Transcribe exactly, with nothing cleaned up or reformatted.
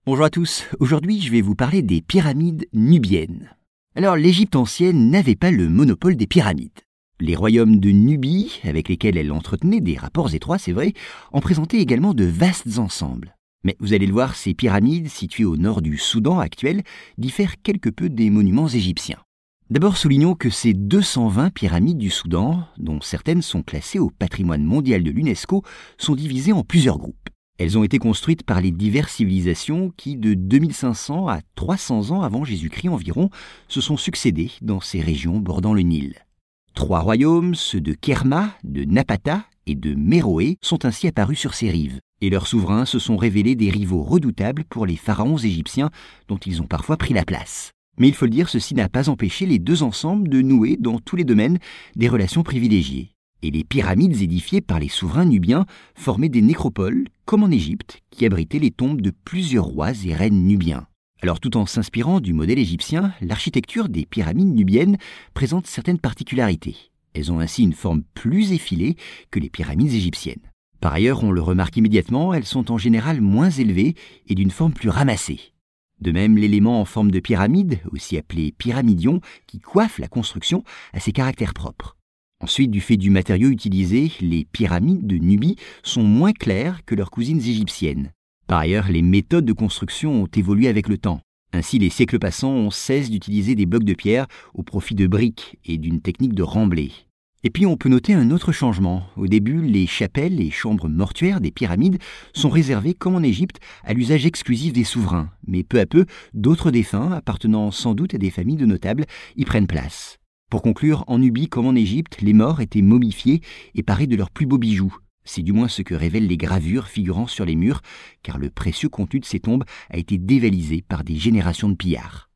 Bonjour à tous, aujourd'hui je vais vous parler des pyramides nubiennes. Alors l'Égypte ancienne n'avait pas le monopole des pyramides. Les royaumes de Nubie, avec lesquels elle entretenait des rapports étroits, c'est vrai, en présentaient également de vastes ensembles. Mais vous allez le voir, ces pyramides, situées au nord du Soudan actuel, diffèrent quelque peu des monuments égyptiens. D'abord soulignons que ces deux cent vingt pyramides du Soudan, dont certaines sont classées au patrimoine mondial de l'UNESCO, sont divisées en plusieurs groupes. Elles ont été construites par les diverses civilisations qui, de deux mille cinq cents à trois cents ans avant Jésus-Christ environ, se sont succédées dans ces régions bordant le Nil. Trois royaumes, ceux de Kerma, de Napata et de Méroé, sont ainsi apparus sur ces rives, et leurs souverains se sont révélés des rivaux redoutables pour les pharaons égyptiens dont ils ont parfois pris la place. Mais il faut le dire, ceci n'a pas empêché les deux ensembles de nouer dans tous les domaines des relations privilégiées. Et les pyramides édifiées par les souverains nubiens formaient des nécropoles, comme en Égypte, qui abritaient les tombes de plusieurs rois et reines nubiens. Alors tout en s'inspirant du modèle égyptien, l'architecture des pyramides nubiennes présente certaines particularités. Elles ont ainsi une forme plus effilée que les pyramides égyptiennes. Par ailleurs, on le remarque immédiatement, elles sont en général moins élevées et d'une forme plus ramassée. De même, l'élément en forme de pyramide, aussi appelé pyramidion, qui coiffe la construction, a ses caractères propres. Ensuite, du fait du matériau utilisé, les pyramides de Nubie sont moins claires que leurs cousines égyptiennes. Par ailleurs, les méthodes de construction ont évolué avec le temps. Ainsi, les siècles passants, on cesse d'utiliser des blocs de pierre au profit de briques et d'une technique de remblai. Et puis, on peut noter un autre changement. Au début, les chapelles et chambres mortuaires des pyramides sont réservées, comme en Égypte, à l'usage exclusif des souverains. Mais peu à peu, d'autres défunts, appartenant sans doute à des familles de notables, y prennent place. Pour conclure, en Nubie comme en Égypte, les morts étaient momifiés et parés de leurs plus beaux bijoux. C'est du moins ce que révèlent les gravures figurant sur les murs, car le précieux contenu de ces tombes a été dévalisé par des générations de pillards.